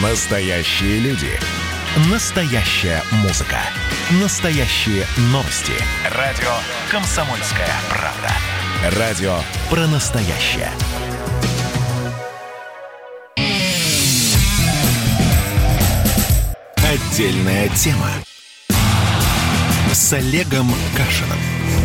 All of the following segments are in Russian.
Настоящие люди. Настоящая музыка. Настоящие новости. Радио «Комсомольская правда». Радио про настоящее. Отдельная тема. С Олегом Кашиным.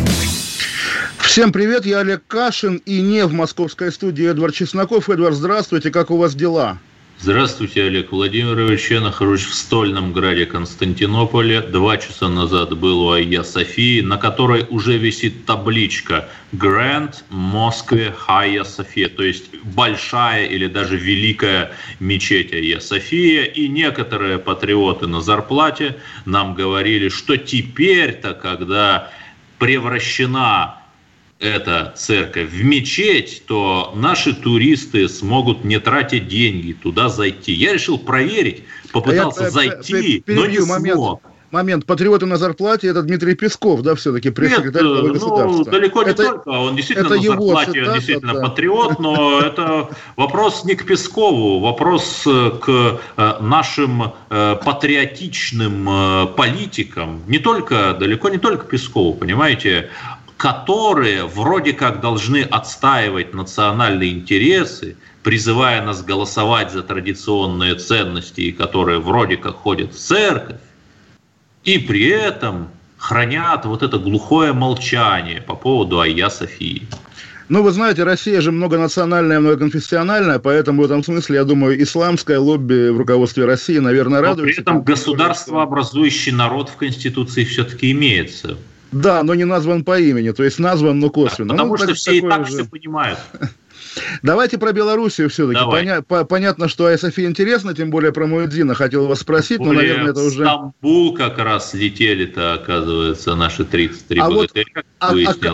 Всем привет, я Олег Кашин, и не в московской студии Эдвард Чесноков. Эдвард, здравствуйте, как у вас дела? Здравствуйте, Олег Владимирович. Я нахожусь в Стольном Граде, Константинополе. 2 часа назад был у Айя Софии, на которой уже висит табличка «Grand Mosque Hagia Sophia», то есть большая или даже великая мечеть Айя София. И некоторые патриоты на зарплате нам говорили, что теперь-то, когда превращена эта церковь в мечеть, то наши туристы смогут не тратить деньги туда зайти. Я решил проверить, попытался зайти, но не смог. Момент. Патриоты на зарплате — это Дмитрий Песков, да, все-таки пресс-секретарь главы государства. Далеко не только. Он действительно на зарплате, он действительно патриот, но это вопрос не к Пескову, вопрос к нашим патриотичным политикам. Далеко не только Пескову, понимаете, которые вроде как должны отстаивать национальные интересы, призывая нас голосовать за традиционные ценности, которые вроде как ходят в церковь, и при этом хранят вот это глухое молчание по поводу Айя Софии. Ну, вы знаете, Россия же многонациональная, многоконфессиональная, поэтому в этом смысле, я думаю, исламское лобби в руководстве России, наверное, радуется. Но при этом государствообразующий народ в Конституции все-таки имеется. Да, но не назван по имени, то есть назван, но косвенно. Потому что все и так все понимают. Давайте про Белоруссию все-таки. Понятно, что Айя София интересно, тем более про Муэдзина хотел вас спросить, но, наверное, это уже... В Стамбул как раз летели-то, оказывается, наши 33 богатыря, выяснил.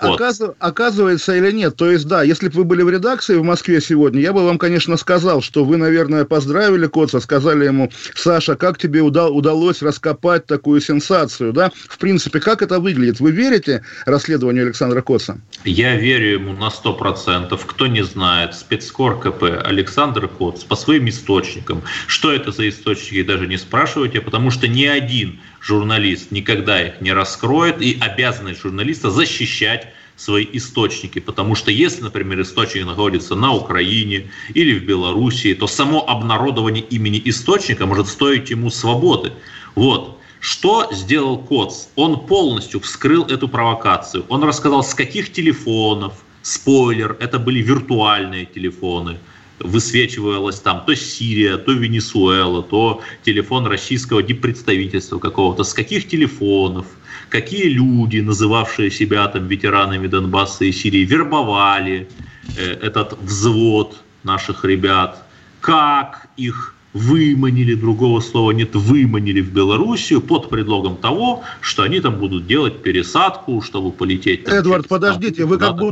Оказывается или нет? То есть, да, если бы вы были в редакции в Москве сегодня, я бы вам, конечно, сказал, что вы, наверное, поздравили Коца, сказали ему: Саша, как тебе удалось раскопать такую сенсацию, да? В принципе, как это выглядит? Вы верите расследованию Александра Коца? Я верю ему на 100%. Кто не знает, спецкор КП Александр Коц по своим источникам. Что это за источники, даже не спрашивайте, потому что ни один журналист никогда их не раскроет, и обязанность журналиста защищать свои источники, потому что если, например, источник находится на Украине или в Белоруссии, то само обнародование имени источника может стоить ему свободы. Вот. Что сделал Коц? Он полностью вскрыл эту провокацию. Он рассказал, с каких телефонов. Спойлер, это были виртуальные телефоны. Высвечивалось там то Сирия, то Венесуэла, то телефон российского диппредставительства какого-то. С каких телефонов, какие люди, называвшие себя там ветеранами Донбасса и Сирии, вербовали этот взвод наших ребят, как их выманили, другого слова нет, выманили в Белоруссию под предлогом того, что они там будут делать пересадку, чтобы полететь. Там, Эдвард, подождите, вы как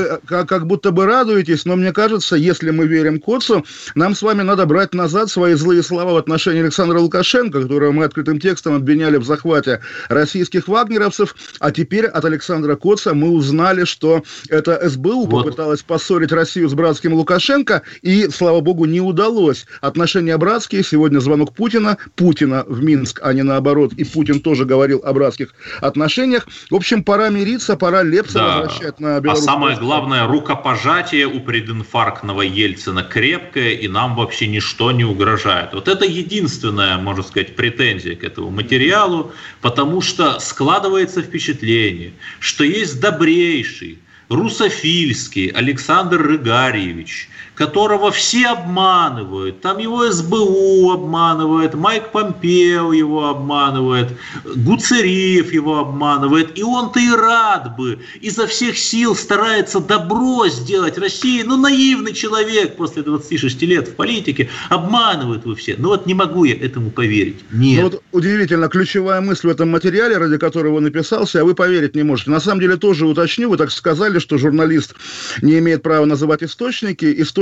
будто бы радуетесь, но мне кажется, если мы верим Коцу, нам с вами надо брать назад свои злые слова в отношении Александра Лукашенко, которого мы открытым текстом обвиняли в захвате российских вагнеровцев, а теперь от Александра Коца мы узнали, что это СБУ попыталась поссорить Россию с братским Лукашенко, и, слава богу, не удалось. Отношения братские. Сегодня звонок Путина в Минск, а не наоборот. И Путин тоже говорил о братских отношениях. В общем, пора мириться, пора Лепса возвращать на Беларусь. А самое главное, рукопожатие у прединфарктного Ельцина крепкое, и нам вообще ничто не угрожает. Вот это единственная, можно сказать, претензия к этому материалу, потому что складывается впечатление, что есть добрейший, русофильский Александр Рыгарьевич, которого все обманывают. Там его СБУ обманывает, Майк Помпео его обманывает, Гуцериев его обманывает. И он-то и рад бы, изо всех сил старается добро сделать России. Ну, наивный человек после 26 лет в политике. Обманывают вы все. Ну, вот не могу я этому поверить. Нет. Ну, вот удивительно, ключевая мысль в этом материале, ради которого он написался, а вы поверить не можете. На самом деле, тоже уточню, вы так сказали, что журналист не имеет права называть источники. Источники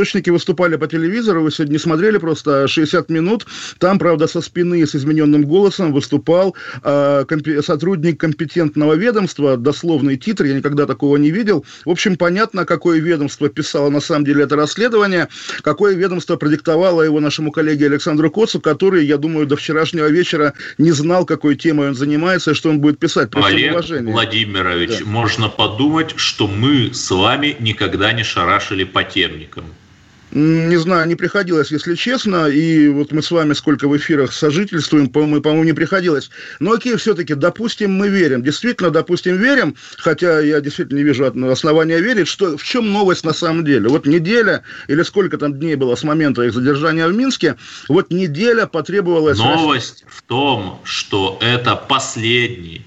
источники выступали по телевизору, вы сегодня не смотрели просто 60 минут, там, правда, со спины с измененным голосом выступал сотрудник компетентного ведомства, дословный титр, я никогда такого не видел. В общем, понятно, какое ведомство писало на самом деле это расследование, какое ведомство продиктовало его нашему коллеге Александру Коцу, который, я думаю, до вчерашнего вечера не знал, какой темой он занимается и что он будет писать. Олег Владимирович, да. Можно подумать, что мы с вами никогда не шарашили по темникам. Не знаю, не приходилось, если честно, и вот мы с вами сколько в эфирах сожительствуем, по-моему, не приходилось. Но окей, все-таки, допустим, мы верим, действительно, допустим, верим, хотя я действительно не вижу основания верить, что в чем новость на самом деле. Вот неделя, или сколько там дней было с момента их задержания в Минске, вот неделя потребовалась... Новость в том, что это последний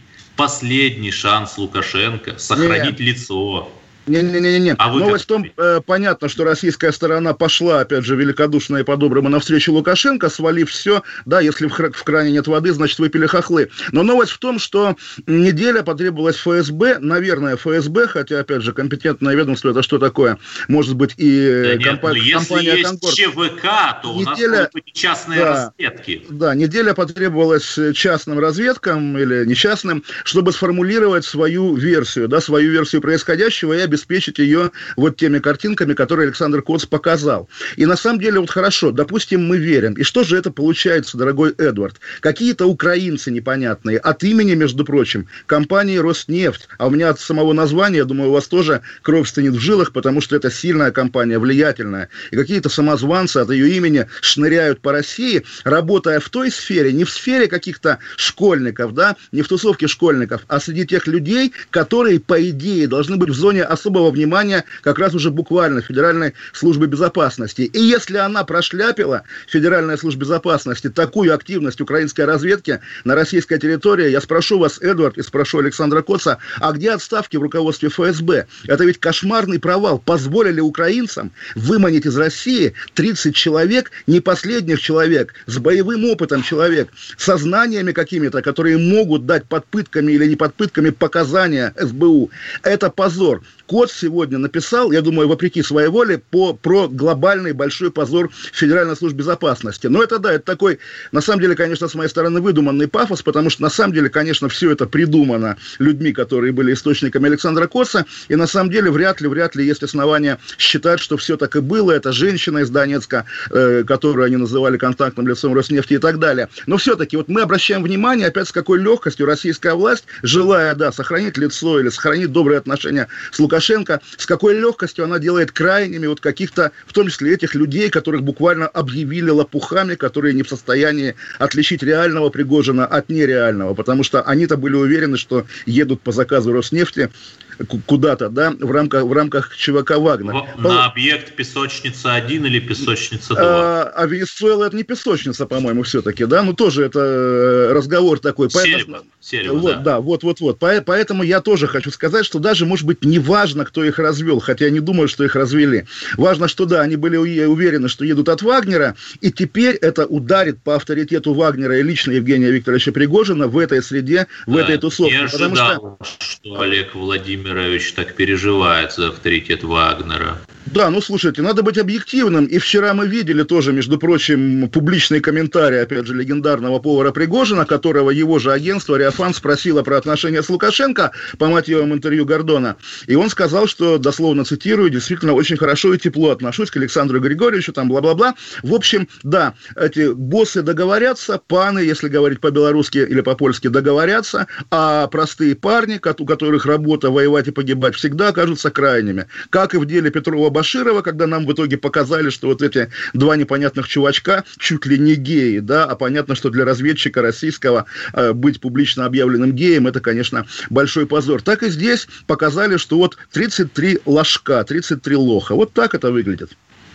шанс Лукашенко сохранить лицо. Не-не-не. Новость в том, понятно, что российская сторона пошла, опять же, великодушно и по-доброму навстречу Лукашенко, свалив все, да, если в кране нет воды, значит, выпили хохлы. Но новость в том, что неделя потребовалась ФСБ, наверное, ФСБ, хотя, опять же, компетентное ведомство, это что такое? Может быть, и компания Конкорд. Если есть ЧВК, то у нас могут быть частные разведки. Да, неделя потребовалась частным разведкам, или не частным, чтобы сформулировать свою версию происходящего и обеспечить ее вот теми картинками, которые Александр Коц показал. И на самом деле, вот хорошо, допустим, мы верим. И что же это получается, дорогой Эдвард? Какие-то украинцы непонятные, от имени, между прочим, компании «Роснефть», а у меня от самого названия, я думаю, у вас тоже кровь стынет в жилах, потому что это сильная компания, влиятельная. И какие-то самозванцы от ее имени шныряют по России, работая в той сфере, не в сфере каких-то школьников, да, не в тусовке школьников, а среди тех людей, которые, по идее, должны быть в зоне особого внимания как раз уже буквально Федеральной службы безопасности. И если она прошляпила, Федеральная служба безопасности, такую активность украинской разведки на российской территории, я спрошу вас, Эдвард, и спрошу Александра Коца, а где отставки в руководстве ФСБ? Это ведь кошмарный провал. Позволили украинцам выманить из России 30 человек, не последних человек, с боевым опытом человек, со знаниями какими-то, которые могут дать под пытками или не под пытками показания СБУ. Это позор. Коц сегодня написал, я думаю, вопреки своей воле, про глобальный большой позор Федеральной службы безопасности. Но это, да, это такой, на самом деле, конечно, с моей стороны выдуманный пафос, потому что, на самом деле, конечно, все это придумано людьми, которые были источниками Александра Коца, и, на самом деле, вряд ли есть основания считать, что все так и было. Это женщина из Донецка, которую они называли контактным лицом Роснефти и так далее. Но все-таки вот мы обращаем внимание, опять с какой легкостью российская власть, желая, да, сохранить лицо или сохранить добрые отношения с Лукашенко, с какой легкостью она делает крайними вот каких-то, в том числе этих людей, которых буквально объявили лопухами, которые не в состоянии отличить реального Пригожина от нереального, потому что они-то были уверены, что едут по заказу Роснефти куда-то, да, в рамках ЧВК «Вагнер». На объект Песочница-1 или Песочница-2? А Венесуэла это не песочница, по-моему, все-таки, да, ну тоже это разговор такой. Сельва, вот, да. Вот. Поэтому я тоже хочу сказать, что даже, может быть, не важно, кто их развел, хотя я не думаю, что их развели. Важно, что, да, они были уверены, что едут от Вагнера, и теперь это ударит по авторитету Вагнера и лично Евгения Викторовича Пригожина в этой среде, в этой тусовке. Не ожидал, что Олег Владимирович так переживает за авторитет Вагнера. Да, ну слушайте, надо быть объективным. И вчера мы видели тоже, между прочим, публичный комментарий, опять же, легендарного повара Пригожина, которого его же агентство «Реафан» спросило про отношения с Лукашенко по мотивам интервью Гордона. И он сказал, что, дословно цитирую, действительно очень хорошо и тепло отношусь к Александру Григорьевичу, там бла-бла-бла. В общем, да, эти боссы договорятся, паны, если говорить по-белорусски или по-польски, договорятся, а простые парни, у которых работа воевать и погибать, всегда окажутся крайними. Как и в деле Петрова-Баширова, когда нам в итоге показали, что вот эти два непонятных чувачка чуть ли не геи, да, а понятно, что для разведчика российского быть публично объявленным геем, это, конечно, большой позор. Так и здесь показали, что вот 33 ложка, 33 лоха. Вот так это выглядит.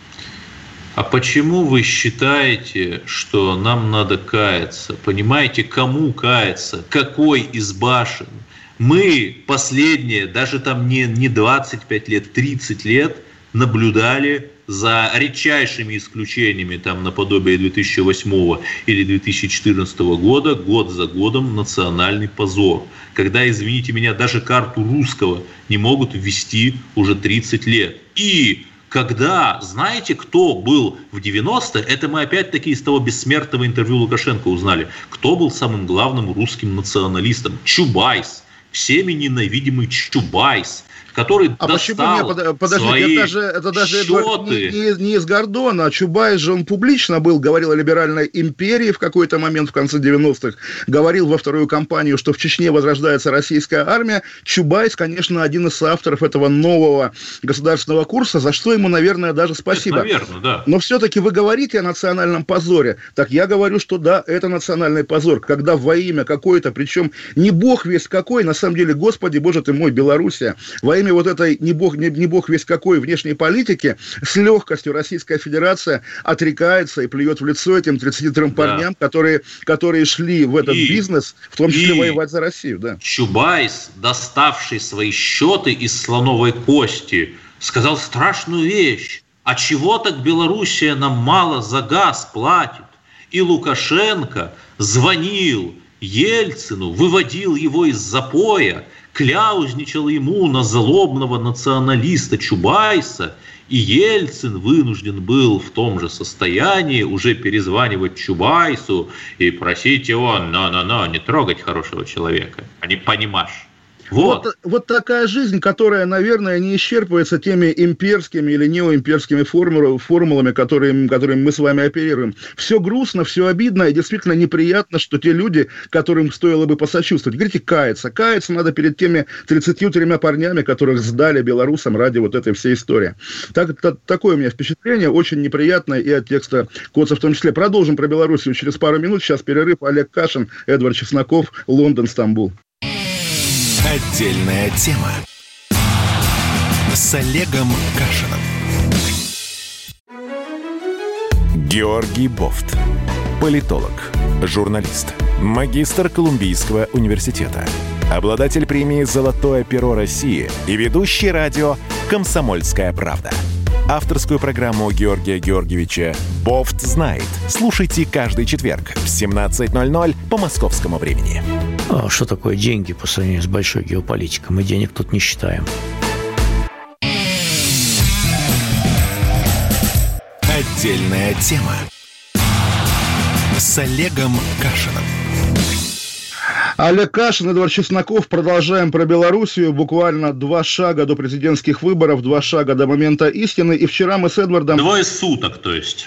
А почему вы считаете, что нам надо каяться? Понимаете, кому каяться? Какой из башен? Мы последние, даже там не 25 лет, 30 лет наблюдали за редчайшими исключениями, там, наподобие 2008 или 2014 года, год за годом национальный позор. Когда, извините меня, даже карту русского не могут ввести уже 30 лет. И когда, знаете, кто был в 90-е, это мы опять-таки из того бессмертного интервью Лукашенко узнали, кто был самым главным русским националистом? Чубайс, всеми ненавидимый Чубайс, который достал свои это даже счеты. Не из Гордона, а Чубайс же он публично был, говорил о либеральной империи в какой-то момент в конце 90-х, говорил во вторую кампанию, что в Чечне возрождается российская армия. Чубайс, конечно, один из соавторов этого нового государственного курса, за что ему, наверное, даже спасибо. Это, наверное, да. Но все-таки вы говорите о национальном позоре. Так я говорю, что да, это национальный позор, когда во имя какой-то, причем не бог весть какой, на самом деле, Господи, Боже ты мой, Белоруссия, во имя вот этой не бог весть какой внешней политики с легкостью Российская Федерация отрекается и плюет в лицо этим 33 парням, которые шли в этот бизнес, в том числе воевать за Россию. Да. Чубайс, доставший свои счеты из слоновой кости, сказал страшную вещь. А чего так Белоруссия нам мало за газ платит? И Лукашенко звонил Ельцину, выводил его из запоя, кляузничал ему на злобного националиста Чубайса, и Ельцин вынужден был в том же состоянии уже перезванивать Чубайсу и просить его не трогать хорошего человека, а не понимаешь. Вот такая жизнь, которая, наверное, не исчерпывается теми имперскими или неоимперскими формулами, которыми мы с вами оперируем. Все грустно, все обидно, и действительно неприятно, что те люди, которым стоило бы посочувствовать, говорите, каяться. Каяться надо перед теми 33 парнями, которых сдали белорусам ради вот этой всей истории. Такое у меня впечатление, очень неприятное, и от текста Коца в том числе. Продолжим про Белоруссию через пару минут. Сейчас перерыв. Олег Кашин, Эдвард Чесноков, Лондон, Стамбул. Отдельная тема с Олегом Кашиным. Георгий Бофт. Политолог, журналист, магистр Колумбийского университета, обладатель премии «Золотое перо России» и ведущий радио «Комсомольская правда». Авторскую программу Георгия Георгиевича «Бофт знает». Слушайте каждый четверг в 17:00 по московскому времени. Что такое деньги по сравнению с большой геополитикой? Мы денег тут не считаем. Отдельная тема с Олегом Кашиным. Олег Кашин, Эдвард Чесноков. Продолжаем про Белоруссию. Буквально 2 шага до президентских выборов, 2 шага до момента истины. И вчера мы с Эдвардом... 2 суток, то есть.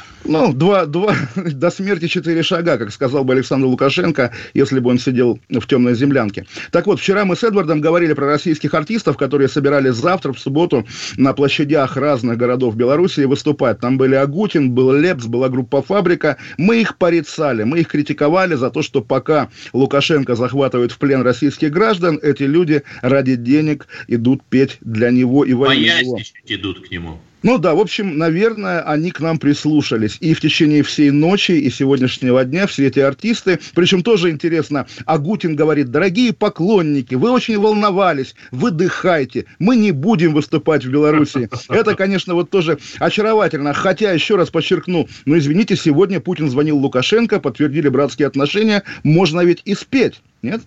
До смерти 4 шага, как сказал бы Александр Лукашенко, если бы он сидел в темной землянке. Так вот, вчера мы с Эдвардом говорили про российских артистов, которые собирались завтра, в субботу, на площадях разных городов Беларуси выступать. Там были Агутин, был Лепс, была группа «Фабрика». Мы их порицали, мы их критиковали за то, что пока Лукашенко захватывает в плен российских граждан, эти люди ради денег идут петь для него и во имя него. Поясничать идут к нему. Ну да, в общем, наверное, они к нам прислушались. И в течение всей ночи, и сегодняшнего дня все эти артисты, причем тоже интересно, Агутин говорит: дорогие поклонники, вы очень волновались, выдыхайте, мы не будем выступать в Беларуси. Это, конечно, вот тоже очаровательно. Хотя, еще раз подчеркну, извините, сегодня Путин звонил Лукашенко, подтвердили братские отношения, можно ведь и спеть, нет?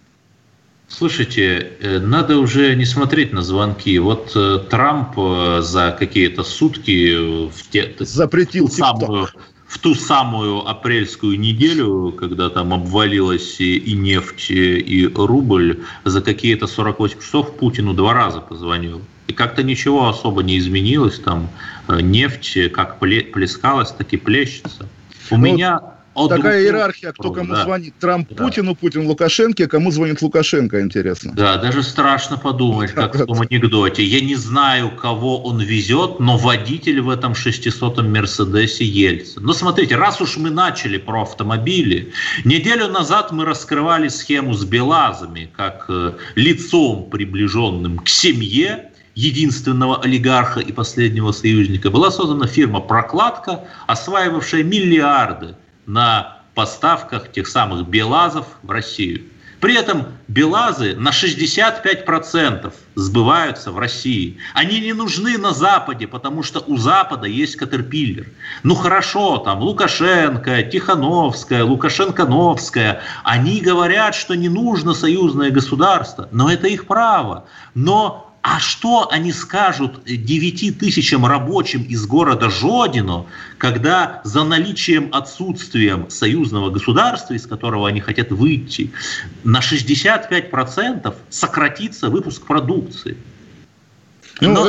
Слушайте, надо уже не смотреть на звонки. Вот Трамп за какие-то сутки запретил в ту самую апрельскую неделю, когда там обвалилась и нефть, и рубль, за какие-то 48 часов Путину 2 раза позвонил. И как-то ничего особо не изменилось. Там нефть как плескалась, так и плещется. У меня... Такая иерархия, кто кому звонит. Трамп Путину, Путин Лукашенко, кому звонит Лукашенко, интересно. Да, даже страшно подумать, как в том анекдоте. Я не знаю, кого он везет, но водитель в этом 600-м Мерседесе Ельцин. Но смотрите, раз уж мы начали про автомобили, неделю назад мы раскрывали схему с БелАЗами, как лицом, приближенным к семье единственного олигарха и последнего союзника, была создана фирма «Прокладка», осваивавшая миллиарды на поставках тех самых БелАЗов в Россию. При этом БелАЗы на 65% сбываются в России. Они не нужны на Западе, потому что у Запада есть Caterpillar. Ну хорошо, там Лукашенко, Тихановская, Лукашенко-Новская, они говорят, что не нужно союзное государство, но это их право. Но А что они скажут 9 тысячам рабочим из города Жодино, когда за наличием, отсутствием союзного государства, из которого они хотят выйти, на 65% сократится выпуск продукции? Ну,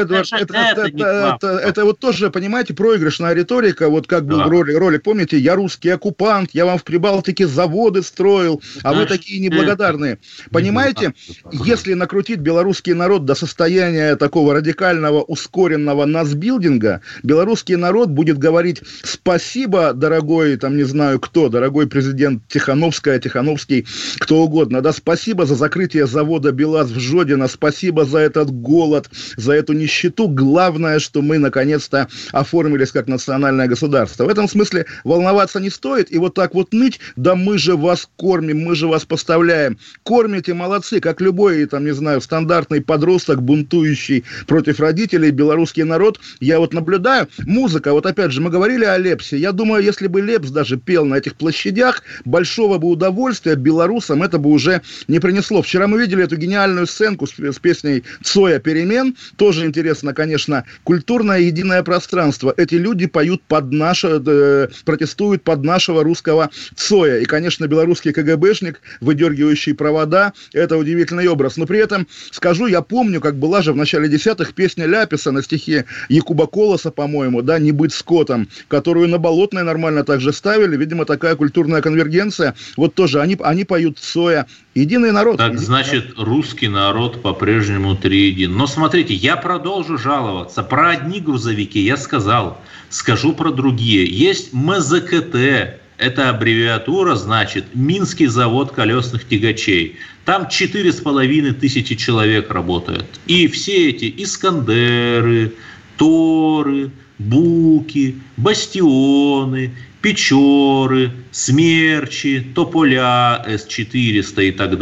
это вот тоже, понимаете, проигрышная риторика, вот как был ролик, помните, я русский оккупант, я вам в Прибалтике заводы строил, а вы такие неблагодарные. Понимаете, если накрутить белорусский народ до состояния такого радикального, ускоренного насбилдинга, белорусский народ будет говорить спасибо, дорогой, там не знаю кто, дорогой президент Тихановская, Тихановский, кто угодно, да, спасибо за закрытие завода БелАЗ в Жодино, спасибо за этот голод, за эту нищету. Главное, что мы наконец-то оформились как национальное государство. В этом смысле волноваться не стоит. И вот так вот ныть, да мы же вас кормим, мы же вас поставляем. Кормите, молодцы, как любой, там, не знаю, стандартный подросток, бунтующий против родителей, белорусский народ. Я вот наблюдаю. Музыка, вот опять же, мы говорили о Лепсе. Я думаю, если бы Лепс даже пел на этих площадях, большого бы удовольствия белорусам это бы уже не принесло. Вчера мы видели эту гениальную сценку с песней Цоя «Перемен». Тоже интересно, конечно, культурное единое пространство. Эти люди поют под наше, протестуют под нашего русского Цоя. И, конечно, белорусский КГБшник, выдергивающий провода, это удивительный образ. Но при этом, скажу, я помню, как была же в начале 10-х песня Ляписа на стихи Якуба Колоса, по-моему, да, «Не быть скотом», которую на Болотной нормально также ставили. Видимо, такая культурная конвергенция. Вот тоже они поют Цоя. Единый народ. Так, значит, русский народ по-прежнему триедин. Но смотрите, я продолжу жаловаться. Про одни грузовики я сказал. Скажу про другие. Есть МЗКТ. Это аббревиатура, значит, Минский завод колесных тягачей. Там 4500 человек работает. И все эти Искандеры, Торы, Буки, Бастионы, Печоры, Смерчи, Тополя, С-400 и так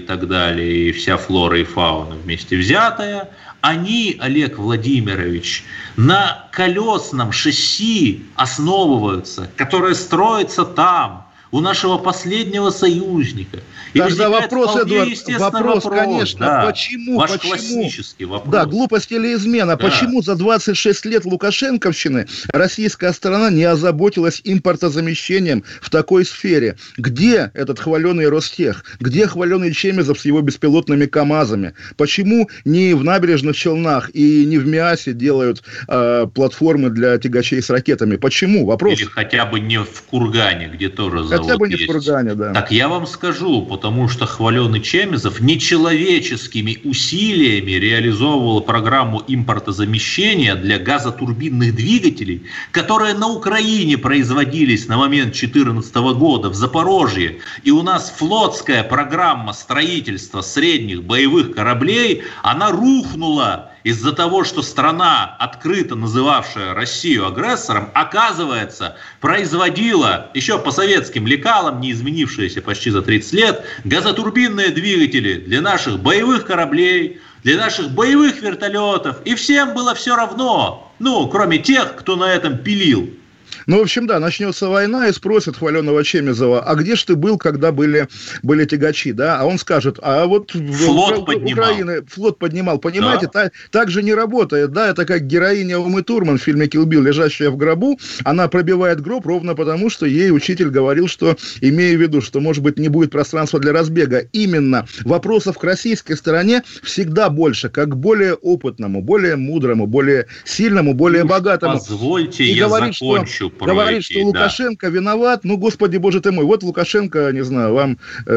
далее, и вся флора и фауна вместе взятая, они, Олег Владимирович, на колесном шасси основываются, которое строится там, у нашего последнего союзника. И тогда вопрос, Эдуард, вопрос, конечно, да, почему? Ваш классический вопрос. Да, глупость или измена. Да. Почему за 26 лет Лукашенковщины российская сторона не озаботилась импортозамещением в такой сфере? Где этот хваленый Ростех? Где хваленый Чемезов с его беспилотными КАМАЗами? Почему не в Набережных Челнах и не в МИАСе делают платформы для тягачей с ракетами? Почему? Вопрос. Или хотя бы не в Кургане, где тоже завод хотя бы не есть. В Кургане, да. Так я вам скажу, потому что хваленый Чемезов нечеловеческими усилиями реализовывал программу импортозамещения для газотурбинных двигателей, которые на Украине производились на момент 2014 года в Запорожье. И у нас флотская программа строительства средних боевых кораблей, она рухнула из-за того, что страна, открыто называвшая Россию агрессором, оказывается, производила еще по советским лекалам, не изменившиеся почти за 30 лет, газотурбинные двигатели для наших боевых кораблей, для наших боевых вертолетов. И всем было все равно, кроме тех, кто на этом пилил. Ну, в общем, да, начнется война, и спросят хваленого Чемезова, а где ж ты был, когда были тягачи, да? А он скажет, а вот флот поднимал. Украины флот поднимал, понимаете? Да. Так же не работает, да? Это как героиня Умы Турман в фильме «Килл Билл», лежащая в гробу, она пробивает гроб ровно потому, что ей учитель говорил, что, имея в виду, что, может быть, не будет пространства для разбега. Именно вопросов к российской стороне всегда больше, как к более опытному, более мудрому, более сильному, более богатому. Позвольте, я закончу. Говорит, что Лукашенко виноват. Ну, господи, боже ты мой. Вот Лукашенко, не знаю, вам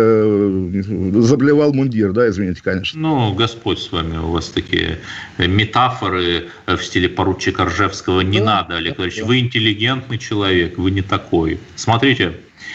заблевал мундир, да, извините, конечно. Ну, Господь с вами, у вас такие метафоры в стиле поручика Ржевского не надо, Олег Владимирович. Вы интеллигентный человек, вы не такой. Смотрите,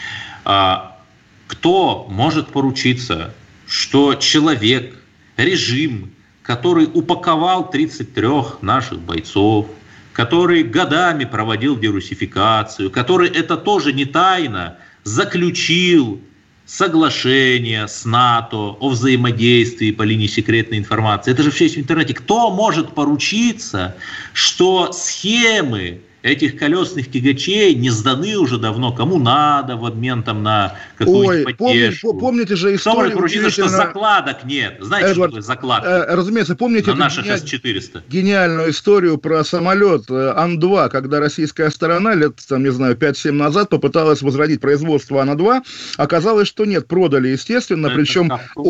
кто может поручиться, что человек, режим, который упаковал 33 наших бойцов, который годами проводил дерусификацию, который, это тоже не тайна, заключил соглашение с НАТО о взаимодействии по линии секретной информации. Это же все есть в интернете. Кто может поручиться, что схемы этих колесных тягачей не сданы уже давно, кому надо, в обмен там на какую-нибудь поддержку. Помните же историю... Кто поручил, что закладок нет? Знаете, что такое закладки? Разумеется, помните на наших С-400. Гениальную историю про самолет Ан-2, когда российская сторона лет, там, не знаю, 5-7 назад попыталась возродить производство Ан-2, оказалось, что нет, продали, естественно, это причем...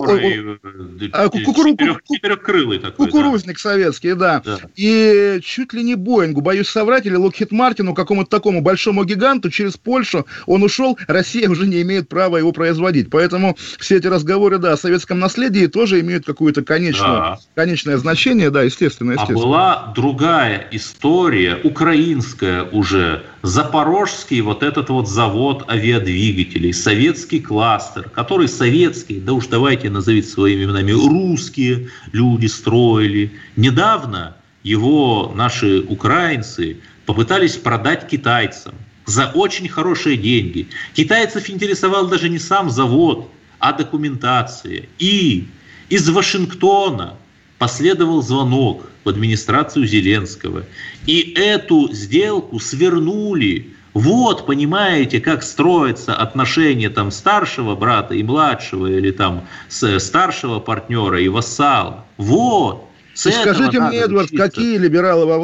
Четырехкрылый такой. Кукурузник советский, да. И чуть ли не Боингу, боюсь соврать, или Локхид Мартину, какому-то такому большому гиганту, через Польшу он ушел, Россия уже не имеет права его производить. Поэтому все эти разговоры, да, о советском наследии тоже имеют какое-то конечное значение, да, естественно. А была другая история, украинская уже, Запорожский вот этот вот завод авиадвигателей, советский кластер, который советский, да уж давайте назовите своими именами, русские люди строили. Недавно его наши украинцы попытались продать китайцам за очень хорошие деньги. Китайцев интересовал даже не сам завод, а документация. И из Вашингтона последовал звонок в администрацию Зеленского. И эту сделку свернули. Вот, понимаете, как строятся отношения там старшего брата и младшего, или там старшего партнера и вассала. Вот. Скажите мне, Эдвард, какие либералы во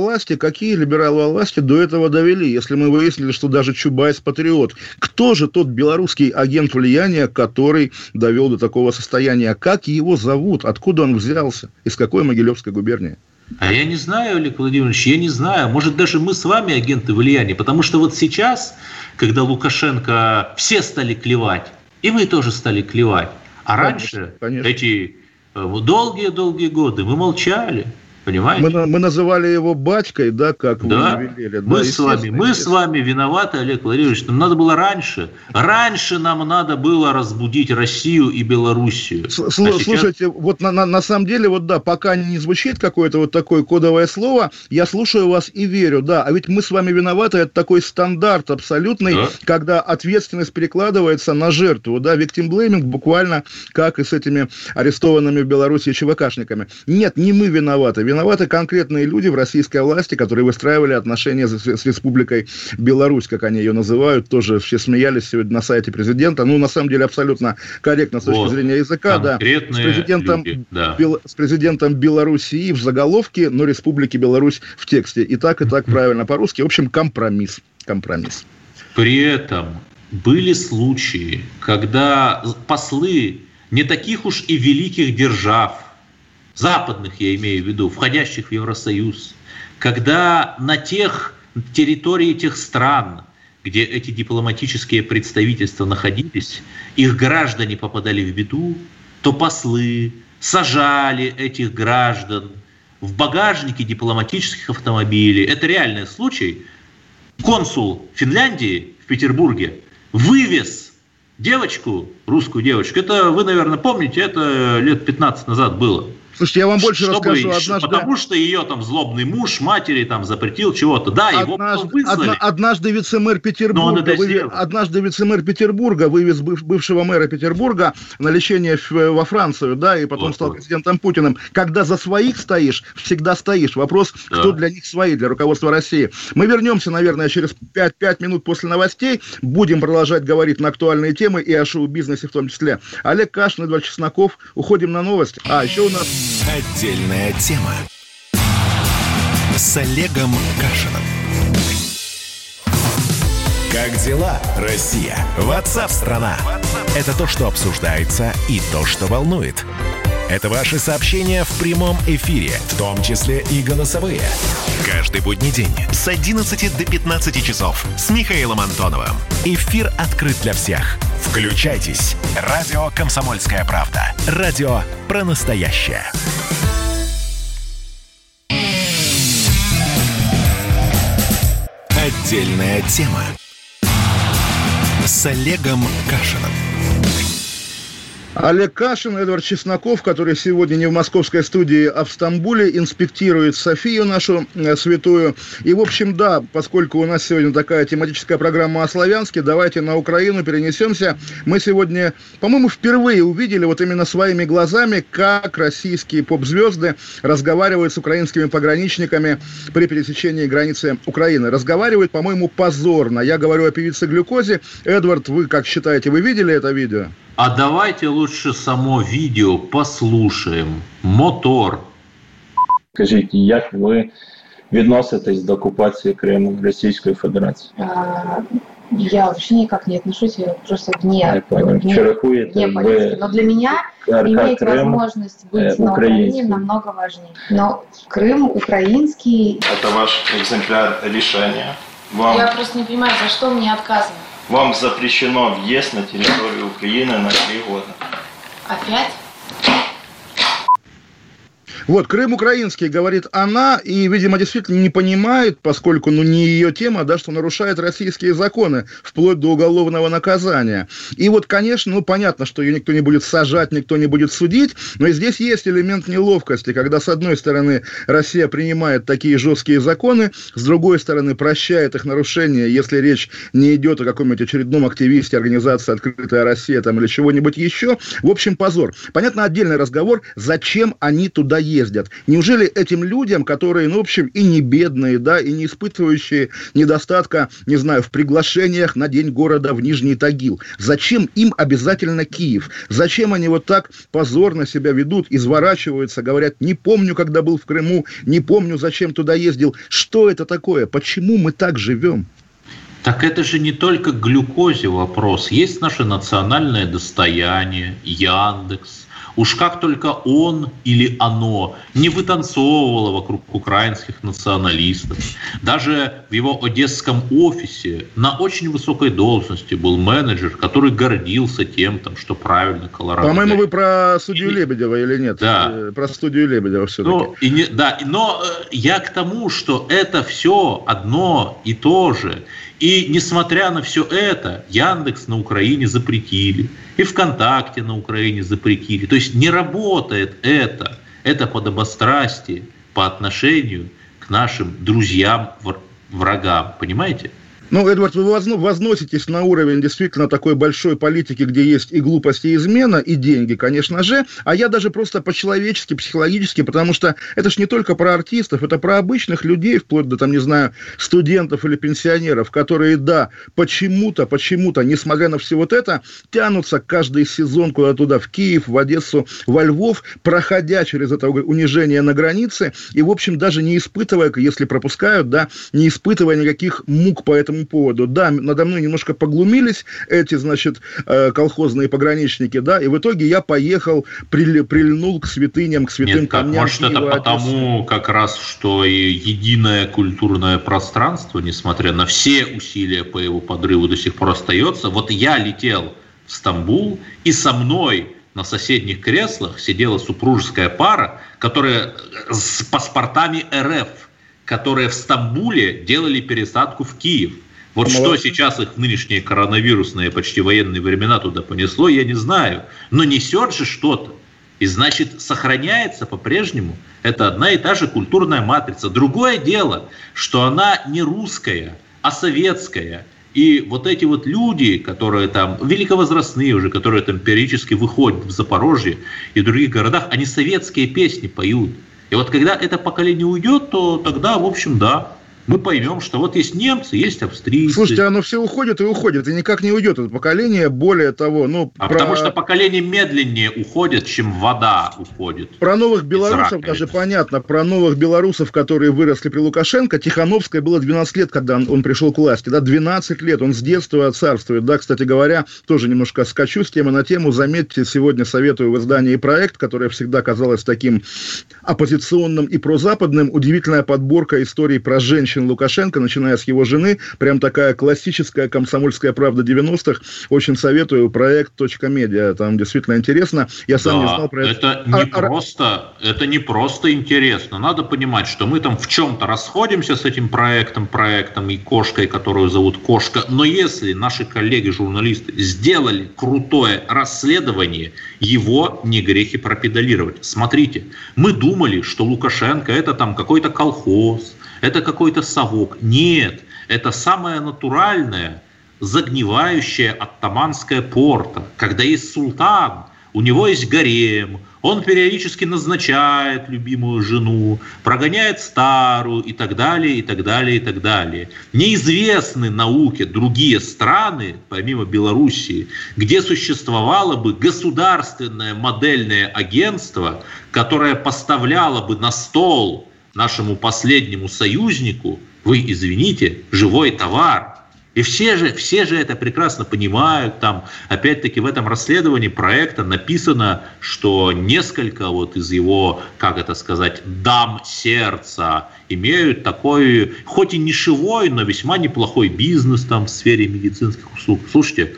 власти до этого довели, если мы выяснили, что даже Чубайс патриот? Кто же тот белорусский агент влияния, который довел до такого состояния? Как его зовут? Откуда он взялся? Из какой Могилевской губернии? А я не знаю, Олег Владимирович, я не знаю. Может, даже мы с вами агенты влияния. Потому что вот сейчас, когда Лукашенко все стали клевать, и мы тоже стали клевать. А раньше эти долгие-долгие годы мы молчали. Понимаете? Мы называли его батькой, да, как вы велели. Мы с вами виноваты, Олег Владимирович. Нам надо было раньше. Раньше нам надо было разбудить Россию и Белоруссию. Слушайте, вот на самом деле, вот да, пока не звучит какое-то вот такое кодовое слово, я слушаю вас и верю, да. А ведь мы с вами виноваты, это такой стандарт абсолютный, когда ответственность перекладывается на жертву, да, victim blaming буквально как и с этими арестованными в Беларуси ЧВКшниками. Нет, не мы виноваты. Виноваты конкретные люди в российской власти, которые выстраивали отношения с Республикой Беларусь, как они ее называют, тоже все смеялись сегодня на сайте президента. Ну, на самом деле, абсолютно корректно с точки зрения языка, да. С президентом Белоруссии в заголовке, но Республики Беларусь в тексте. И так правильно по-русски. В общем, компромисс. При этом были случаи, когда послы не таких уж и великих держав, западных, я имею в виду, входящих в Евросоюз, когда на территории тех стран, где эти дипломатические представительства находились, их граждане попадали в беду, то послы сажали этих граждан в багажники дипломатических автомобилей. Это реальный случай. Консул Финляндии в Петербурге вывез девочку, русскую девочку. Это вы, наверное, помните, это лет 15 назад было. Слушайте, я вам больше расскажу. Потому что ее там злобный муж матери там запретил чего-то. Да, его выслали. Однажды вице-мэр Петербурга вывез бывшего мэра Петербурга на лечение во Францию, да, и потом стал президентом Путиным. Когда за своих стоишь, всегда стоишь. Вопрос, кто для них свои, для руководства России. Мы вернемся, наверное, через 5 минут после новостей. Будем продолжать говорить на актуальные темы и о шоу-бизнесе в том числе. Олег Кашин, Эдвард Чесноков. Уходим на новости. Еще у нас... Отдельная тема с Олегом Кашиным. Как дела, Россия? WhatsApp-страна. Это то, что обсуждается и то, что волнует. Это ваши сообщения в прямом эфире, в том числе и голосовые. Каждый будний день с 11 до 15 часов с Михаилом Антоновым. Эфир открыт для всех. Включайтесь. Радио «Комсомольская правда». Радио про настоящее. Отдельная тема с Олегом Кашиным. Олег Кашин, Эдвард Чесноков, который сегодня не в московской студии, а в Стамбуле, инспектирует Софию нашу святую. И, в общем, да, поскольку у нас сегодня такая тематическая программа о славянске, давайте на Украину перенесемся. Мы сегодня, по-моему, впервые увидели вот именно своими глазами, как российские поп-звезды разговаривают с украинскими пограничниками при пересечении границы Украины. Разговаривают, по-моему, позорно. Я говорю о певице Глюкозе. Эдвард, вы как считаете, вы видели это видео? А давайте лучше само відео послухаємо. Мотор. Скажіть, як ви відноситесь до оккупации Крыма Российской Федерации? Я вообще никак не отношусь, я просто вне политики. Но для меня иметь возможность быть на Украине намного важнее. Но Крым украинский. Это ваш экземпляр решения. Я просто не понимаю, за что мне отказано. Вам запрещено въезд на территорию Украины на 3 года. Опять? Вот, Крым украинский, говорит она, и, видимо, действительно не понимает, поскольку, не ее тема, да, что нарушает российские законы, вплоть до уголовного наказания. И вот, конечно, понятно, что ее никто не будет сажать, никто не будет судить, но и здесь есть элемент неловкости, когда, с одной стороны, Россия принимает такие жесткие законы, с другой стороны, прощает их нарушения, если речь не идет о каком-нибудь очередном активисте организации «Открытая Россия» там, или чего-нибудь еще. В общем, позор. Понятно, отдельный разговор, зачем они туда ездят. Неужели этим людям, которые, в общем, и не бедные, да, и не испытывающие недостатка, не знаю, в приглашениях на День города в Нижний Тагил, зачем им обязательно Киев? Зачем они вот так позорно себя ведут, изворачиваются, говорят, не помню, когда был в Крыму, не помню, зачем туда ездил. Что это такое? Почему мы так живем? Так это же не только к Глюкозе вопрос. Есть наше национальное достояние, Яндекс. Уж как только он или оно не вытанцовывало вокруг украинских националистов. Даже в его одесском офисе на очень высокой должности был менеджер, который гордился тем, что правильно Колорадо. По-моему, вы про судью Лебедева или нет? Да. Про студию Лебедева все-таки. Но я к тому, что это все одно и то же. И несмотря на все это, Яндекс на Украине запретили, и ВКонтакте на Украине запретили. То есть не работает это. Это подобострастие по отношению к нашим друзьям, врагам. Понимаете? Эдвард, вы возноситесь на уровень действительно такой большой политики, где есть и глупость, и измена, и деньги, конечно же, а я даже просто по-человечески, психологически, потому что это ж не только про артистов, это про обычных людей, вплоть до, не знаю, студентов или пенсионеров, которые, да, почему-то, несмотря на все вот это, тянутся каждый сезон куда-то туда, в Киев, в Одессу, во Львов, проходя через это унижение на границе, и, в общем, даже не испытывая, если пропускают, да, не испытывая никаких мук по этому поводу. Да, надо мной немножко поглумились эти, колхозные пограничники, да, и в итоге я поехал, прильнул к святыням, к святым камням. Может, это потому как раз, что и единое культурное пространство, несмотря на все усилия по его подрыву, до сих пор остается. Вот я летел в Стамбул, и со мной на соседних креслах сидела супружеская пара, которая с паспортами РФ, которые в Стамбуле делали пересадку в Киев. Вот что сейчас их в нынешние коронавирусные, почти военные времена туда понесло, я не знаю. Но несет же что-то. И значит, сохраняется по-прежнему. Это одна и та же культурная матрица. Другое дело, что она не русская, а советская. И вот эти вот люди, которые там, великовозрастные уже, которые там периодически выходят в Запорожье и в других городах, они советские песни поют. И вот когда это поколение уйдет, то тогда, в общем, да, мы поймем, что вот есть немцы, есть австрийцы. Слушайте, оно все уходит и уходит, и никак не уйдет это поколение, более того, потому что поколение медленнее уходит, чем вода уходит. Про новых белорусов даже понятно, про новых белорусов, которые выросли при Лукашенко. Тихановской было 12 лет, когда он пришел к власти, да, 12 лет, он с детства царствует, да, кстати говоря, тоже немножко скачу с темы на тему, заметьте, сегодня советую в издании «Проект», которое всегда казалось таким оппозиционным и прозападным, удивительная подборка историй про женщин женщин Лукашенко, начиная с его жены. Прям такая классическая комсомольская правда 90-х. Очень советую. Проект .медиа. Там действительно интересно. Я сам не знал про это. Это не просто интересно. Надо понимать, что мы там в чем-то расходимся с этим проектом и кошкой, которую зовут Кошка. Но если наши коллеги-журналисты сделали крутое расследование, его не грех и пропедалировать. Смотрите, мы думали, что Лукашенко это там какой-то колхоз, это какой-то совок. Нет, это самое натуральное, загнивающее оттаманское порта. Когда есть султан, у него есть гарем, он периодически назначает любимую жену, прогоняет старую и так далее, и так далее, и так далее. Неизвестны науке другие страны, помимо Белоруссии, где существовало бы государственное модельное агентство, которое поставляло бы на стол нашему последнему союзнику, вы извините, живой товар. И все же это прекрасно понимают. Там, опять-таки, в этом расследовании проекта написано, что несколько вот из его, как это сказать, дам сердца имеют такой, хоть и нишевой, но весьма неплохой бизнес там в сфере медицинских услуг. Слушайте,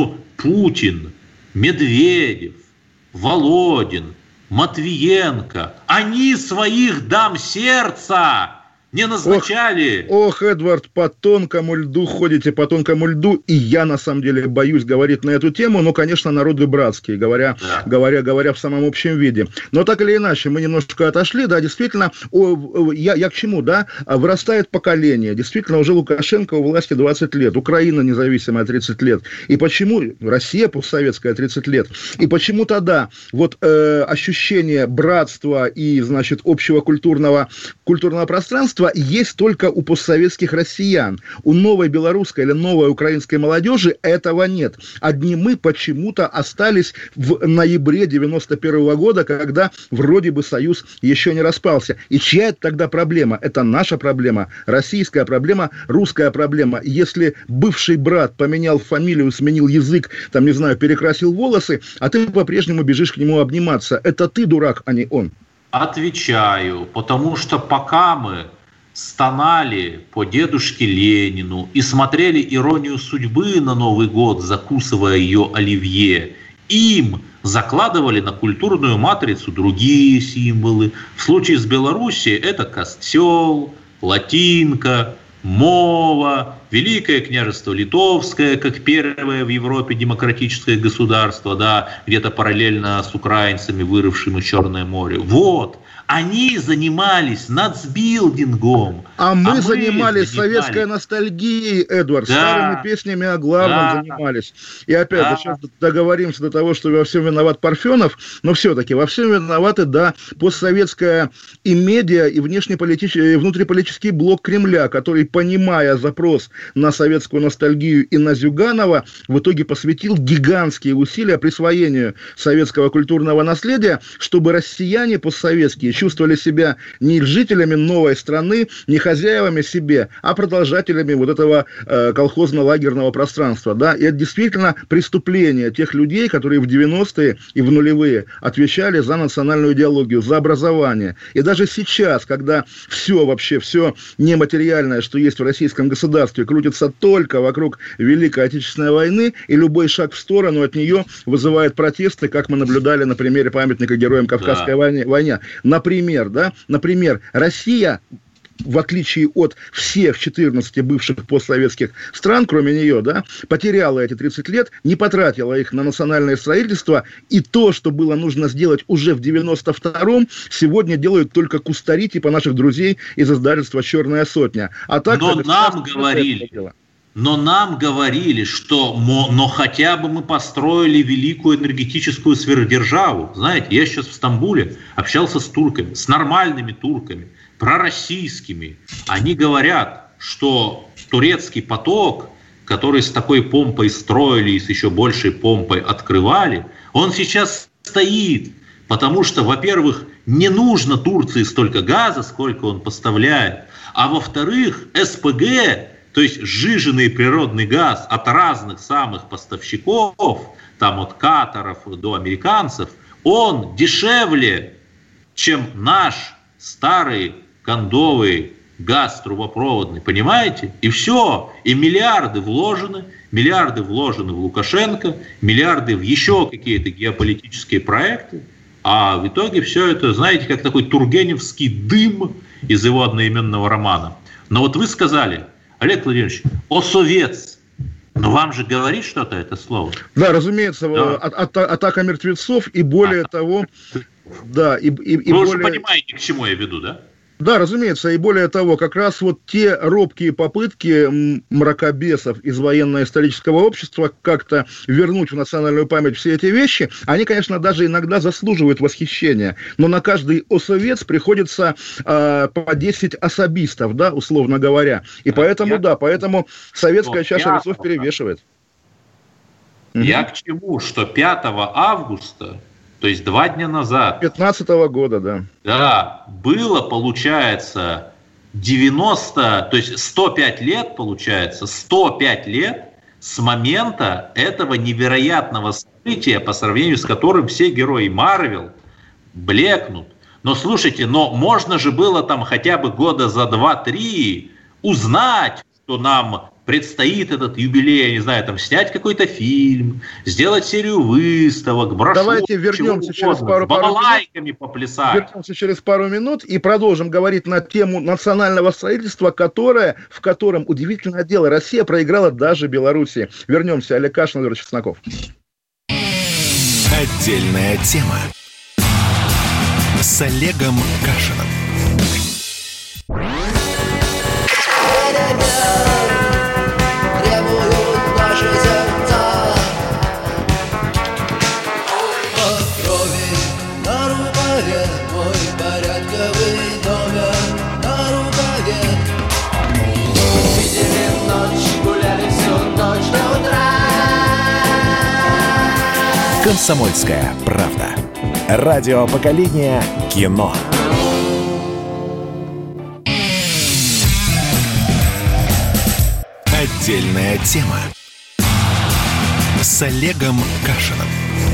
Путин, Медведев, Володин, Матвиенко, они своих дам сердца не назначали. Ох, Эдвард, по тонкому льду ходите, по тонкому льду, и я, на самом деле, боюсь говорить на эту тему, но, конечно, народы братские, говоря в самом общем виде. Но так или иначе, мы немножко отошли, да, действительно, я к чему, да, вырастает поколение, действительно, уже Лукашенко у власти 20 лет, Украина независимая 30 лет, и почему Россия постсоветская 30 лет, и почему тогда вот ощущение братства и, значит, общего культурного пространства есть только у постсоветских россиян. У новой белорусской или новой украинской молодежи этого нет. Одни мы почему-то остались в ноябре 91 года, когда вроде бы Союз еще не распался. И чья это тогда проблема? Это наша проблема, российская проблема, русская проблема. Если бывший брат поменял фамилию, сменил язык, там, не знаю, перекрасил волосы, а ты по-прежнему бежишь к нему обниматься, это ты дурак, а не он. Отвечаю, потому что пока мы стонали по дедушке Ленину и смотрели «Иронию судьбы» на Новый год, закусывая ее оливье, им закладывали на культурную матрицу другие символы. В случае с Белоруссией это костел, латинка, мова, Великое княжество Литовское, как первое в Европе демократическое государство, да, где-то параллельно с украинцами, вырывшими Черное море. Вот. Они занимались нацбилдингом. А мы занимались советской ностальгией, Эдвард, старыми песнями о главном занимались. И опять, сейчас договоримся до того, что во всем виноват Парфенов, но все-таки во всем виноваты, да, постсоветская и медиа, и внутриполитический блок Кремля, который, понимая запрос на советскую ностальгию и на Зюганова, в итоге посвятил гигантские усилия присвоению советского культурного наследия, чтобы россияне постсоветские чувствовали себя не жителями новой страны, не хозяевами себе, а продолжателями вот этого колхозно-лагерного пространства. Да? И это действительно преступление тех людей, которые в 90-е и в нулевые отвечали за национальную идеологию, за образование. И даже сейчас, когда все нематериальное, что есть в российском государстве, крутится только вокруг Великой Отечественной войны, и любой шаг в сторону от нее вызывает протесты, как мы наблюдали на примере памятника героям Кавказской войны. Например, Россия, в отличие от всех 14 бывших постсоветских стран, кроме нее, да, потеряла эти 30 лет, не потратила их на национальное строительство, и то, что было нужно сделать уже в 92-м, сегодня делают только кустари типа наших друзей из издательства «Черная сотня». А так, Но нам говорили, что но хотя бы мы построили великую энергетическую сверхдержаву. Знаете, я сейчас в Стамбуле общался с турками, с нормальными турками, пророссийскими. Они говорят, что турецкий поток, который с такой помпой строили и с еще большей помпой открывали, он сейчас стоит. Потому что, во-первых, не нужно Турции столько газа, сколько он поставляет. А во-вторых, СПГ, то есть сжиженный природный газ от разных самых поставщиков, там от катаров до американцев, он дешевле, чем наш старый кондовый газ трубопроводный, понимаете? И все, и миллиарды вложены в Лукашенко, миллиарды в еще какие-то геополитические проекты, а в итоге все это, знаете, как такой тургеневский дым из его одноименного романа. Но вот вы сказали, Олег Владимирович, осовец. Но вам же говорит что-то это слово? Да, разумеется, да. Атака мертвецов и более того... Да, и вы уже понимаете, к чему я веду, да? Да, разумеется, и более того, как раз вот те робкие попытки мракобесов из военно-исторического общества как-то вернуть в национальную память все эти вещи, они, конечно, даже иногда заслуживают восхищения, но на каждый осовец приходится по 10 особистов, да, условно говоря, и поэтому советская чаша весов перевешивает. Я к чему? Что 5 августа... То есть 2 дня назад. 15 года, да. Да, было, получается, 90, то есть 105 лет, получается, 105 лет с момента этого невероятного события, по сравнению с которым все герои Марвел блекнут. Но слушайте, можно же было там хотя бы года за 2-3 узнать, что нам предстоит этот юбилей, я не знаю, там снять какой-то фильм, сделать серию выставок, брошюр. Давайте вернемся через пару балалайками поплясать. Вернемся через пару минут и продолжим говорить на тему национального строительства, в котором, удивительное дело, Россия проиграла даже Белоруссии. Вернемся. Олег Кашин, Эдвард Чесноков. Отдельная тема с Олегом Кашиным. «Комсомольская правда». Радио поколения кино. Отдельная тема с Олегом Кашиным.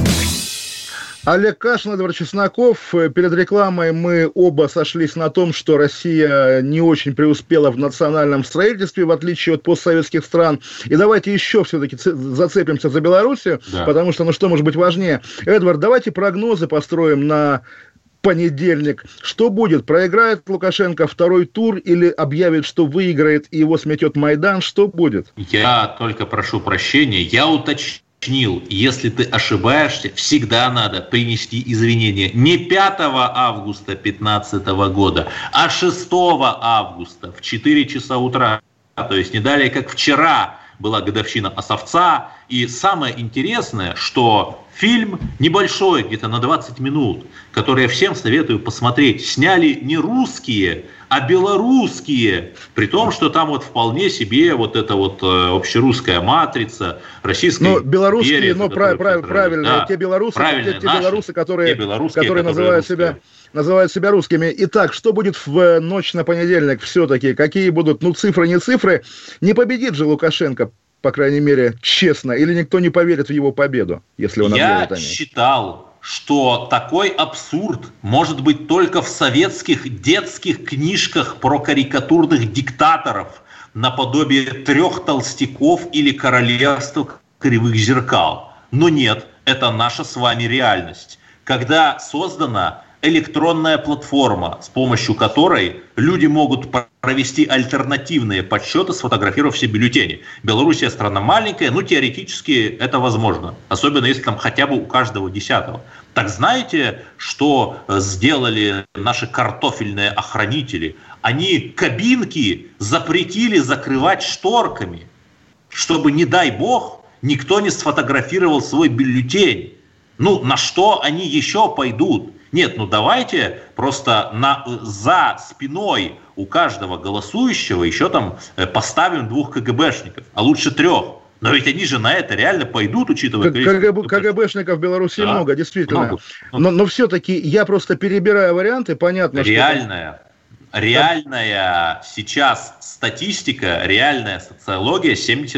Олег Кашин, Эдвард Чесноков. Перед рекламой мы оба сошлись на том, что Россия не очень преуспела в национальном строительстве, в отличие от постсоветских стран. И давайте еще все-таки зацепимся за Белоруссию, да. Потому что, что может быть важнее? Эдвард, давайте прогнозы построим на понедельник. Что будет? Проиграет Лукашенко второй тур или объявит, что выиграет и его сметет Майдан? Что будет? Я только прошу прощения, я уточню. Если ты ошибаешься, всегда надо принести извинения не 5 августа 2015 года, а 6 августа в 4 часа утра. То есть не далее, как вчера была годовщина «Осовца». И самое интересное, что фильм небольшой, где-то на 20 минут, который я всем советую посмотреть, сняли не русские, а белорусские, при том, что там вот вполне себе вот эта вот общерусская матрица, российская империя. Но белорусские, правильно, да, те белорусы, которые называют себя русскими. Итак, что будет в ночь на понедельник все-таки? Какие будут, цифры, не цифры? Не победит же Лукашенко, по крайней мере, честно, или никто не поверит в его победу, если он объявит о ней? Я считал, что такой абсурд может быть только в советских детских книжках про карикатурных диктаторов наподобие 3 толстяков или королевства кривых зеркал. Но нет, это наша с вами реальность. Когда создана электронная платформа, с помощью которой люди могут провести альтернативные подсчеты, сфотографировав все бюллетени. Белоруссия страна маленькая, теоретически это возможно. Особенно если там хотя бы у каждого 10-го. Так знаете, что сделали наши картофельные охранители? Они кабинки запретили закрывать шторками, чтобы, не дай бог, никто не сфотографировал свой бюллетень. На что они еще пойдут? Нет, давайте просто за спиной у каждого голосующего еще там поставим 2 КГБшников, а лучше 3. Но ведь они же на это реально пойдут, учитывая количество... КГБшников в Беларуси много, действительно. Но все-таки я просто перебираю варианты, понятно, реальная сейчас статистика, реальная социология 70%.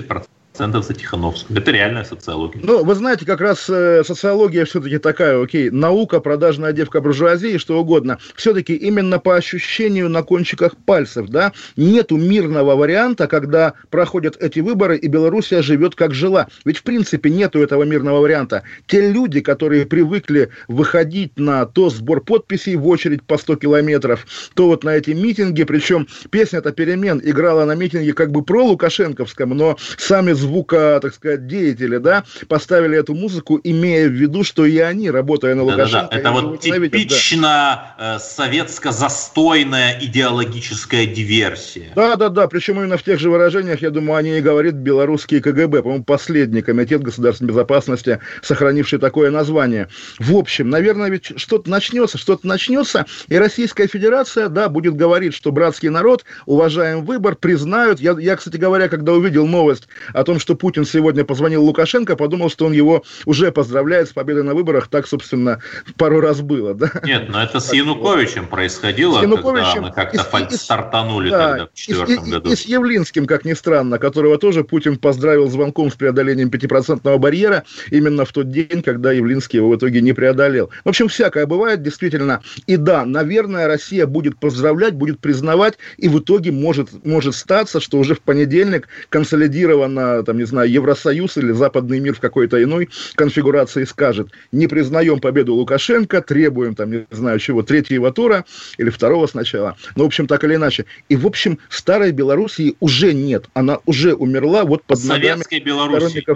за Тихановскую. Это реальная социология. Ну, вы знаете, как раз социология все-таки такая, наука, продажная девка буржуазии, что угодно. Все-таки именно по ощущению на кончиках пальцев, да, нету мирного варианта, когда проходят эти выборы, и Белоруссия живет как жила. Ведь, в принципе, нету этого мирного варианта. Те люди, которые привыкли выходить на то сбор подписей в очередь по 100 километров, то вот на эти митинги, причем песня-то «Перемен» играла на митинге как бы про Лукашенковском, но сами звука, так сказать, деятели, да, поставили эту музыку, имея в виду, что и они, работая на Лукашенко... Да. Это вот типично советско-застойная идеологическая диверсия. Да, причем именно в тех же выражениях, я думаю, они и говорят белорусские КГБ, по-моему, последний комитет государственной безопасности, сохранивший такое название. В общем, наверное, ведь что-то начнется, и Российская Федерация, да, будет говорить, что братский народ, уважаем выбор, признают. Я, кстати говоря, когда увидел новость о том, что Путин сегодня позвонил Лукашенко, подумал, что он его уже поздравляет с победой на выборах. Так, собственно, пару раз было, да? Нет, но это с Януковичем происходило, когда мы как-то фальстартанули тогда в 2004 году. И с Явлинским, как ни странно, которого тоже Путин поздравил звонком с преодолением 5% барьера именно в тот день, когда Явлинский его в итоге не преодолел. В общем, всякое бывает, действительно. И да, наверное, Россия будет поздравлять, будет признавать, и в итоге может статься, что уже в понедельник консолидированно, там, не знаю, Евросоюз или западный мир в какой-то иной конфигурации скажет: не признаем победу Лукашенко, требуем, там, не знаю чего, третьего тура или второго сначала. Ну, в общем, так или иначе. И, в общем, старой Белоруссии уже нет. Она уже умерла вот под ногами сторонников.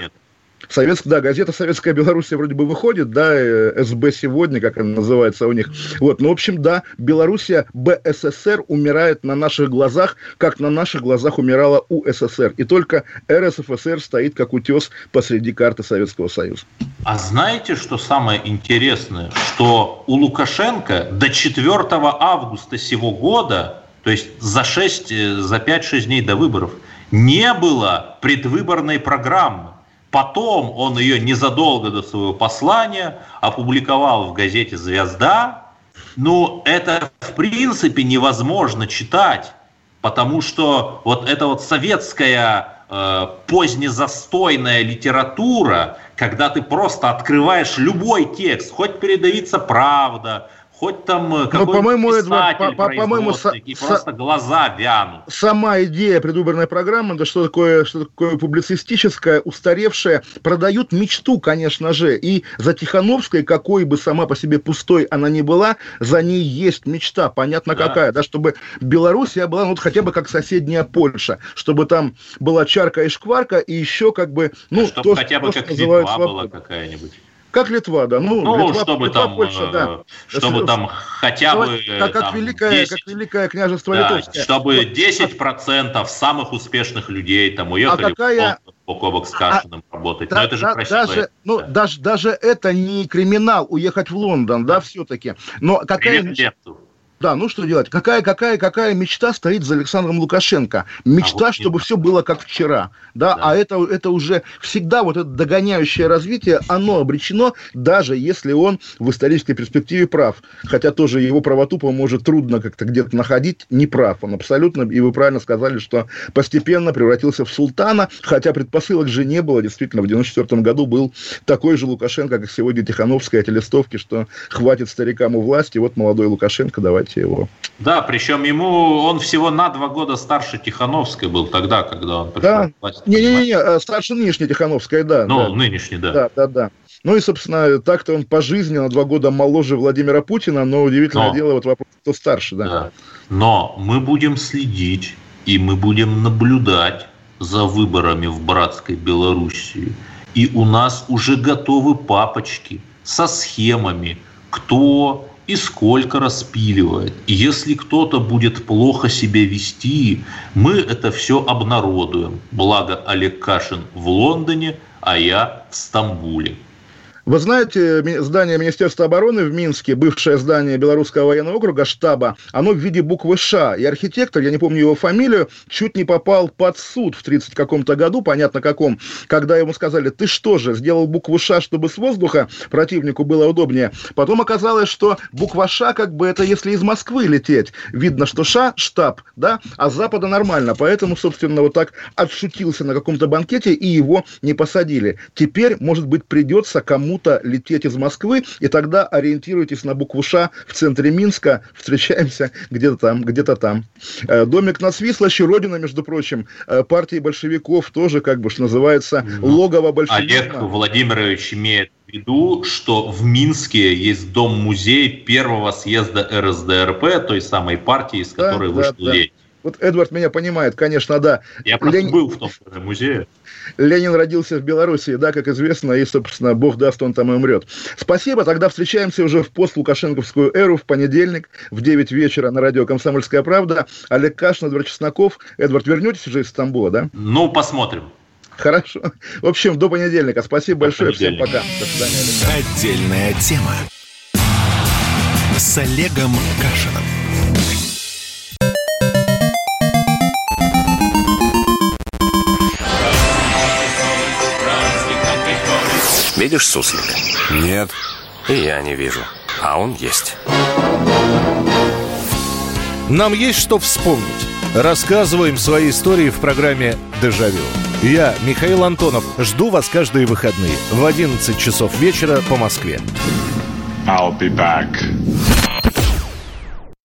Газета «Советская Белоруссия» вроде бы выходит, да, СБ сегодня, как она называется у них. Вот, ну, в общем, да, Белоруссия БССР умирает на наших глазах, как на наших глазах умирала УССР. И только РСФСР стоит как утес посреди карты Советского Союза. А знаете, что самое интересное? Что у Лукашенко до 4 августа сего года, то есть за 5-6 дней до выборов, не было предвыборной программы. Потом он ее незадолго до своего послания опубликовал в газете «Звезда». Ну, это в принципе невозможно читать, потому что вот эта вот советская позднезастойная литература, когда ты просто открываешь любой текст, хоть передавится «Правда», хоть там какой-то писатель производственный, и просто глаза вянут. Сама идея предвыборной программы, да что такое публицистическое, устаревшее, продают мечту, конечно же, и за Тихановской, какой бы сама по себе пустой она ни была, за ней есть мечта, понятно какая, да, чтобы Белоруссия была, ну, вот хотя бы как соседняя Польша, чтобы там была чарка и шкварка, и еще как бы, ну, чтобы то, хотя бы как Литва была какая-нибудь. Как Литва, да. Ну, Литва, чтобы Литва, там, Польша, да. чтобы там хотя бы... Как великое княжество Литовское. Чтобы 10% самых успешных людей там уехали в Лондон бок о бок с Кашиным работать. Но это же красиво. Даже это не криминал, уехать в Лондон, да, все-таки. Но какая... Да, ну что делать? Какая мечта стоит за Александром Лукашенко? Мечта, чтобы все было как вчера. Да? А это уже всегда вот это догоняющее развитие, оно обречено, даже если он в исторической перспективе прав. Хотя тоже его правоту, по-моему, уже трудно как-то где-то находить. Не прав он абсолютно. И вы правильно сказали, что постепенно превратился в султана, хотя предпосылок же не было. Действительно, в 1994 году был такой же Лукашенко, как сегодня Тихановская, эти листовки, что хватит старикам у власти. Вот молодой Лукашенко, давайте его. Да, причем он всего на 2 года старше Тихановской был тогда, когда он пришел к власти. Не, старше нынешней Тихановской, да. Нынешней, да. Да. Ну и, собственно, так-то он по жизни на 2 года моложе Владимира Путина, но удивительное дело, вот вопрос, кто старше, да. Но мы будем следить, и мы будем наблюдать за выборами в братской Белоруссии. И у нас уже готовы папочки со схемами, кто и сколько распиливает. И если кто-то будет плохо себя вести, мы это все обнародуем. Благо Олег Кашин в Лондоне, а я в Стамбуле. Вы знаете, здание Министерства обороны в Минске, бывшее здание Белорусского военного округа, штаба, оно в виде буквы «Ш». И архитектор, я не помню его фамилию, чуть не попал под суд в 30 каком-то году, понятно каком, когда ему сказали: ты что же, сделал букву «Ш», чтобы с воздуха противнику было удобнее. Потом оказалось, что буква «Ш» как бы это если из Москвы лететь. Видно, что «Ш» — штаб, да, а с запада нормально. Поэтому, собственно, вот так отшутился на каком-то банкете, и его не посадили. Теперь, может быть, придется кому-то лететь из Москвы, и тогда ориентируйтесь на букву «Ш» в центре Минска, встречаемся где-то там. Домик на Свислочи, родина, между прочим, партии большевиков, тоже, как бы, что называется, логово большевизма. Олег Владимирович имеет в виду, что в Минске есть дом-музей первого съезда РСДРП, той самой партии, из которой вышел Ленин. Вот Эдвард меня понимает, конечно, да. Я просто был в том же музее. Ленин родился в Белоруссии, да, как известно, и, собственно, бог даст, он там и умрет. Спасибо, тогда встречаемся уже в пост-лукашенковскую эру в понедельник в 9 вечера на радио «Комсомольская правда». Олег Кашин, Эдвард Чесноков. Эдвард, вернетесь уже из Стамбула, да? Ну, посмотрим. Хорошо. В общем, до понедельника. Спасибо большое. Всем пока. До свидания, Олег. Отдельная тема с Олегом Кашиным. Видишь суслика? Нет. И я не вижу. А он есть. Нам есть что вспомнить. Рассказываем свои истории в программе «Дежавю». Я, Михаил Антонов, жду вас каждые выходные в 11 часов вечера по Москве. I'll be back.